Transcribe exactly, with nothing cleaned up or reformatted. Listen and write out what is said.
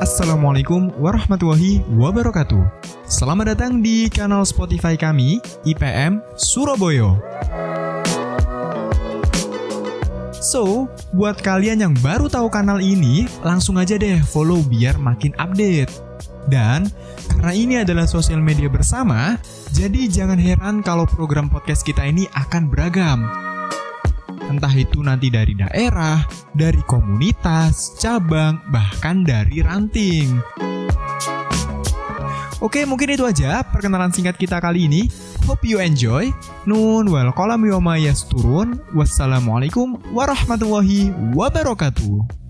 Assalamualaikum warahmatullahi wabarakatuh. Selamat datang di kanal Spotify kami, I P M Surabaya. So, buat kalian yang baru tahu kanal ini, langsung aja deh follow biar makin update. Dan, karena ini adalah sosial media bersama, jadi jangan heran kalau program podcast kita ini akan beragam. Entah itu nanti dari daerah, dari komunitas, cabang, bahkan dari ranting. Oke, mungkin itu aja perkenalan singkat kita kali ini. Hope you enjoy. Nun wal qalam yawma yasturun. Wassalamualaikum warahmatullahi wabarakatuh.